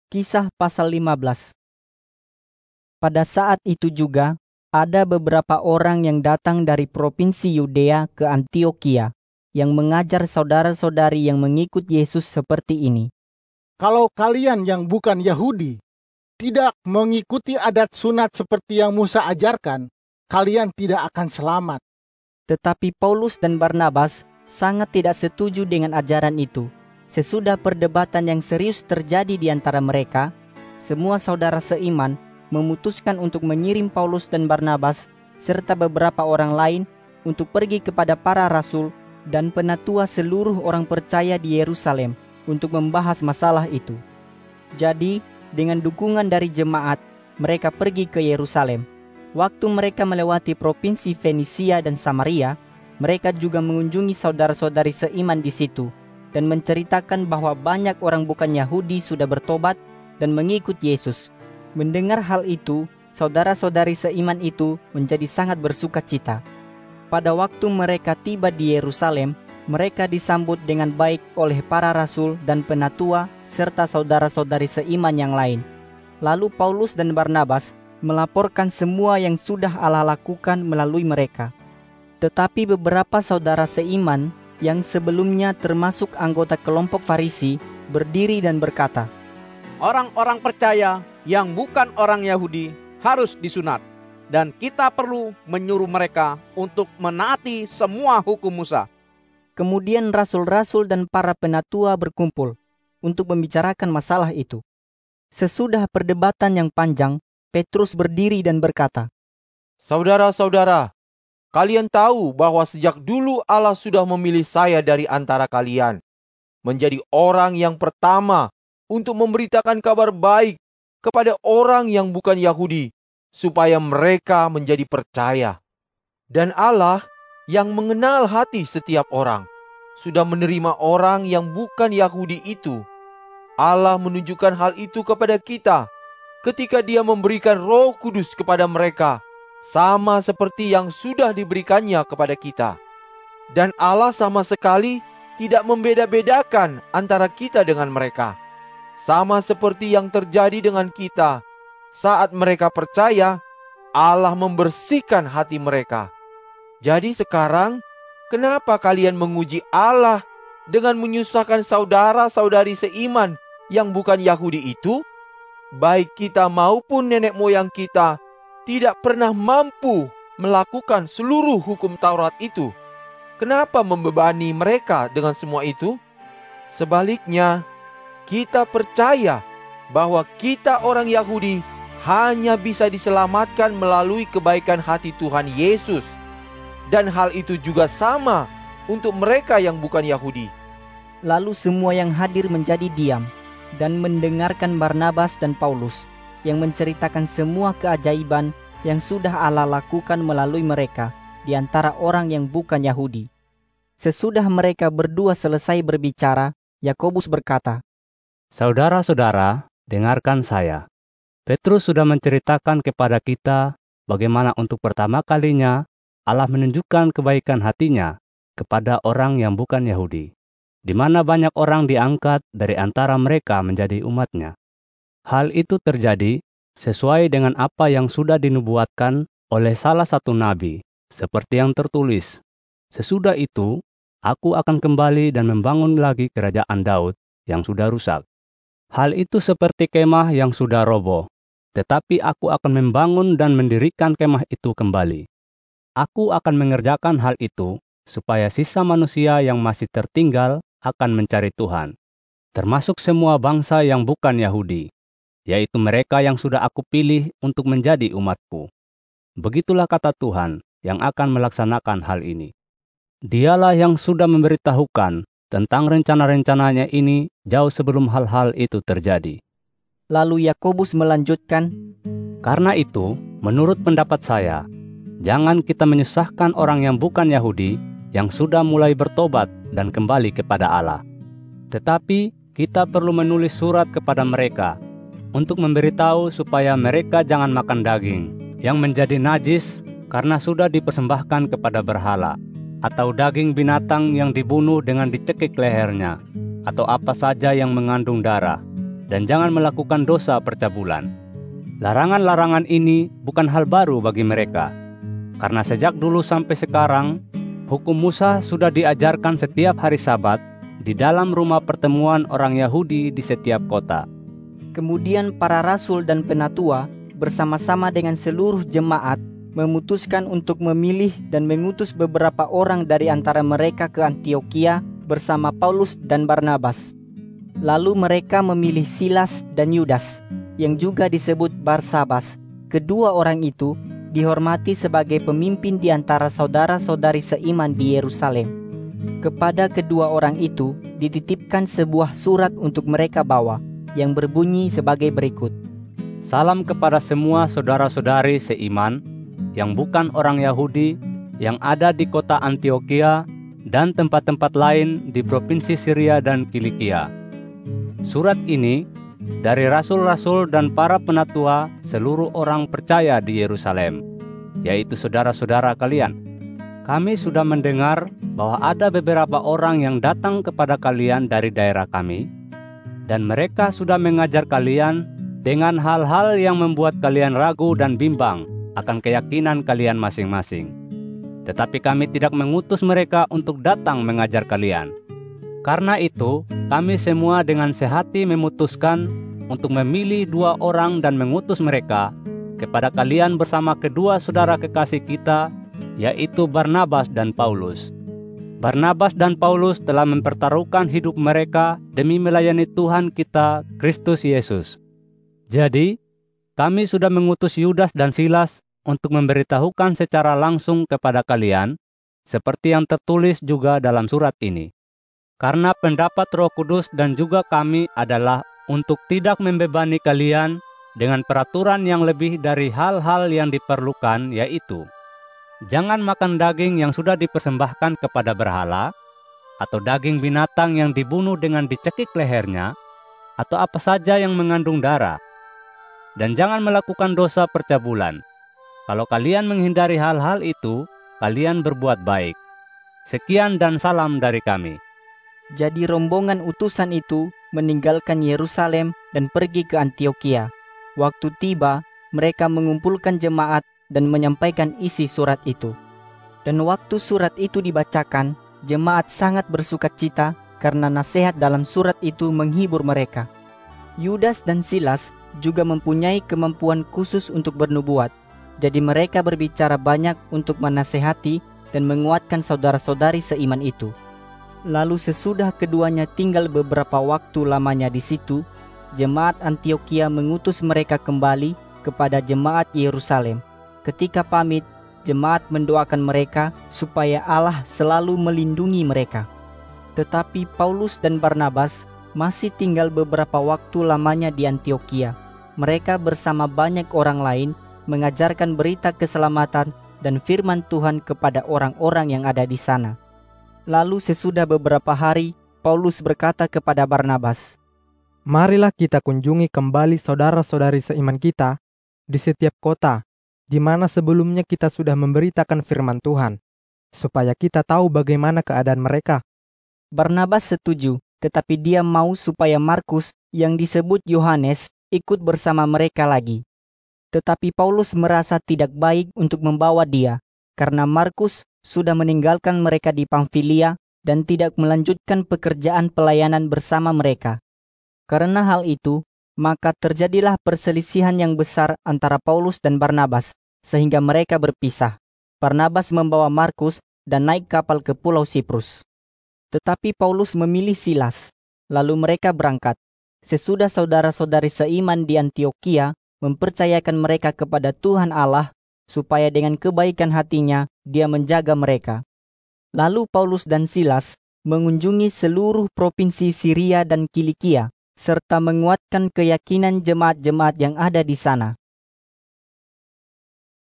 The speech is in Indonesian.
Kisah pasal 15. Pada saat itu juga, ada beberapa orang yang datang dari provinsi Yudea ke Antiokhia, yang mengajar saudara-saudari yang mengikut Yesus seperti ini. Kalau kalian yang bukan Yahudi tidak mengikuti adat sunat seperti yang Musa ajarkan, kalian tidak akan selamat. Tetapi Paulus dan Barnabas sangat tidak setuju dengan ajaran itu. Sesudah perdebatan yang serius terjadi di antara mereka, semua saudara seiman memutuskan untuk mengirim Paulus dan Barnabas serta beberapa orang lain untuk pergi kepada para rasul dan penatua seluruh orang percaya di Yerusalem untuk membahas masalah itu. Jadi, dengan dukungan dari jemaat, mereka pergi ke Yerusalem. Waktu mereka melewati provinsi Fenisia dan Samaria, mereka juga mengunjungi saudara-saudari seiman di situ dan menceritakan bahwa banyak orang bukan Yahudi sudah bertobat dan mengikut Yesus. Mendengar hal itu, saudara-saudari seiman itu menjadi sangat bersuka cita. Pada waktu mereka tiba di Yerusalem, mereka disambut dengan baik oleh para rasul dan penatua serta saudara-saudari seiman yang lain. Lalu Paulus dan Barnabas melaporkan semua yang sudah Allah lakukan melalui mereka. Tetapi beberapa saudara seiman yang sebelumnya termasuk anggota kelompok Farisi berdiri dan berkata, "Orang-orang percaya yang bukan orang Yahudi harus disunat, dan kita perlu menyuruh mereka untuk menaati semua hukum Musa." Kemudian rasul-rasul dan para penatua berkumpul untuk membicarakan masalah itu. Sesudah perdebatan yang panjang, Petrus berdiri dan berkata, "Saudara-saudara, kalian tahu bahwa sejak dulu Allah sudah memilih saya dari antara kalian menjadi orang yang pertama untuk memberitakan kabar baik kepada orang yang bukan Yahudi, supaya mereka menjadi percaya. Dan Allah yang mengenal hati setiap orang sudah menerima orang yang bukan Yahudi itu. Allah menunjukkan hal itu kepada kita ketika Dia memberikan Roh Kudus kepada mereka, sama seperti yang sudah diberikannya kepada kita. Dan Allah sama sekali tidak membeda-bedakan antara kita dengan mereka, sama seperti yang terjadi dengan kita. Saat mereka percaya, Allah membersihkan hati mereka. Jadi sekarang, kenapa kalian menguji Allah dengan menyusahkan saudara-saudari seiman yang bukan Yahudi itu? Baik kita maupun nenek moyang kita tidak pernah mampu melakukan seluruh hukum Taurat itu. Kenapa membebani mereka dengan semua itu? Sebaliknya, kita percaya bahwa kita orang Yahudi hanya bisa diselamatkan melalui kebaikan hati Tuhan Yesus. Dan hal itu juga sama untuk mereka yang bukan Yahudi. Lalu semua yang hadir menjadi diam dan mendengarkan Barnabas dan Paulus yang menceritakan semua keajaiban yang sudah Allah lakukan melalui mereka di antara orang yang bukan Yahudi. Sesudah mereka berdua selesai berbicara, Yakobus berkata, "Saudara-saudara, dengarkan saya. Petrus sudah menceritakan kepada kita bagaimana untuk pertama kalinya Allah menunjukkan kebaikan hatinya kepada orang yang bukan Yahudi, di mana banyak orang diangkat dari antara mereka menjadi umat-Nya. Hal itu terjadi sesuai dengan apa yang sudah dinubuatkan oleh salah satu nabi, seperti yang tertulis, 'Sesudah itu, aku akan kembali dan membangun lagi kerajaan Daud yang sudah rusak. Hal itu seperti kemah yang sudah roboh, tetapi aku akan membangun dan mendirikan kemah itu kembali. Aku akan mengerjakan hal itu supaya sisa manusia yang masih tertinggal akan mencari Tuhan, termasuk semua bangsa yang bukan Yahudi, yaitu mereka yang sudah aku pilih untuk menjadi umatku.' Begitulah kata Tuhan yang akan melaksanakan hal ini. Dialah yang sudah memberitahukan tentang rencana-rencananya ini jauh sebelum hal-hal itu terjadi." Lalu Yakobus melanjutkan, "Karena itu, menurut pendapat saya, jangan kita menyusahkan orang yang bukan Yahudi yang sudah mulai bertobat dan kembali kepada Allah. Tetapi kita perlu menulis surat kepada mereka untuk memberitahu supaya mereka jangan makan daging yang menjadi najis karena sudah dipersembahkan kepada berhala, atau daging binatang yang dibunuh dengan dicekik lehernya, atau apa saja yang mengandung darah. dan jangan melakukan dosa percabulan. Larangan-larangan ini bukan hal baru bagi mereka, karena sejak dulu sampai sekarang, hukum Musa sudah diajarkan setiap hari Sabat di dalam rumah pertemuan orang Yahudi di setiap kota. Kemudian para rasul dan penatua bersama-sama dengan seluruh jemaat memutuskan untuk memilih dan mengutus beberapa orang dari antara mereka ke Antiokhia bersama Paulus dan Barnabas. Lalu mereka memilih Silas dan Yudas, yang juga disebut Barsabas. Kedua orang itu dihormati sebagai pemimpin di antara saudara-saudari seiman di Yerusalem. Kepada kedua orang itu dititipkan sebuah surat untuk mereka bawa, yang berbunyi sebagai berikut. Salam kepada semua saudara-saudari seiman yang bukan orang Yahudi yang ada di kota Antiokhia dan tempat-tempat lain di provinsi Syria dan Kilikia. Surat ini dari rasul-rasul dan para penatua seluruh orang percaya di Yerusalem, yaitu saudara-saudara kalian. Kami sudah mendengar bahwa ada beberapa orang yang datang kepada kalian dari daerah kami, dan mereka sudah mengajar kalian dengan hal-hal yang membuat kalian ragu dan bimbang akan keyakinan kalian masing-masing. Tetapi kami tidak mengutus mereka untuk datang mengajar kalian. Karena itu, kami semua dengan sehati memutuskan untuk memilih 2 orang dan mengutus mereka kepada kalian bersama kedua saudara kekasih kita, yaitu Barnabas dan Paulus. Barnabas dan Paulus telah mempertaruhkan hidup mereka demi melayani Tuhan kita, Kristus Yesus. Jadi, kami sudah mengutus Yudas dan Silas untuk memberitahukan secara langsung kepada kalian, seperti yang tertulis juga dalam surat ini. Karena pendapat Roh Kudus dan juga kami adalah untuk tidak membebani kalian dengan peraturan yang lebih dari hal-hal yang diperlukan, yaitu jangan makan daging yang sudah dipersembahkan kepada berhala, atau daging binatang yang dibunuh dengan dicekik lehernya, atau apa saja yang mengandung darah. Dan jangan melakukan dosa percabulan. Kalau kalian menghindari hal-hal itu, kalian berbuat baik. Sekian dan salam dari kami. Jadi rombongan utusan itu meninggalkan Yerusalem dan pergi ke Antiokhia. Waktu tiba, mereka mengumpulkan jemaat dan menyampaikan isi surat itu. Dan waktu surat itu dibacakan, jemaat sangat bersukacita karena nasihat dalam surat itu menghibur mereka. Yudas dan Silas juga mempunyai kemampuan khusus untuk bernubuat. Jadi mereka berbicara banyak untuk menasehati dan menguatkan saudara-saudari seiman itu. Lalu sesudah keduanya tinggal beberapa waktu lamanya di situ, jemaat Antiokhia mengutus mereka kembali kepada jemaat Yerusalem. Ketika pamit, jemaat mendoakan mereka supaya Allah selalu melindungi mereka. Tetapi Paulus dan Barnabas masih tinggal beberapa waktu lamanya di Antiokhia. Mereka bersama banyak orang lain mengajarkan berita keselamatan dan firman Tuhan kepada orang-orang yang ada di sana. Lalu sesudah beberapa hari, Paulus berkata kepada Barnabas, "Marilah kita kunjungi kembali saudara-saudari seiman kita di setiap kota, di mana sebelumnya kita sudah memberitakan firman Tuhan, supaya kita tahu bagaimana keadaan mereka." Barnabas setuju, tetapi dia mau supaya Markus yang disebut Yohanes ikut bersama mereka lagi. Tetapi Paulus merasa tidak baik untuk membawa dia, karena Markus sudah meninggalkan mereka di Pamfilia dan tidak melanjutkan pekerjaan pelayanan bersama mereka. Karena hal itu, maka terjadilah perselisihan yang besar antara Paulus dan Barnabas, sehingga mereka berpisah. Barnabas membawa Markus dan naik kapal ke Pulau Siprus. Tetapi Paulus memilih Silas, lalu mereka berangkat. Sesudah saudara-saudari seiman di Antiokhia mempercayakan mereka kepada Tuhan Allah, supaya dengan kebaikan hatinya dia menjaga mereka. Lalu Paulus dan Silas mengunjungi seluruh provinsi Syria dan Kilikia, serta menguatkan keyakinan jemaat-jemaat yang ada di sana.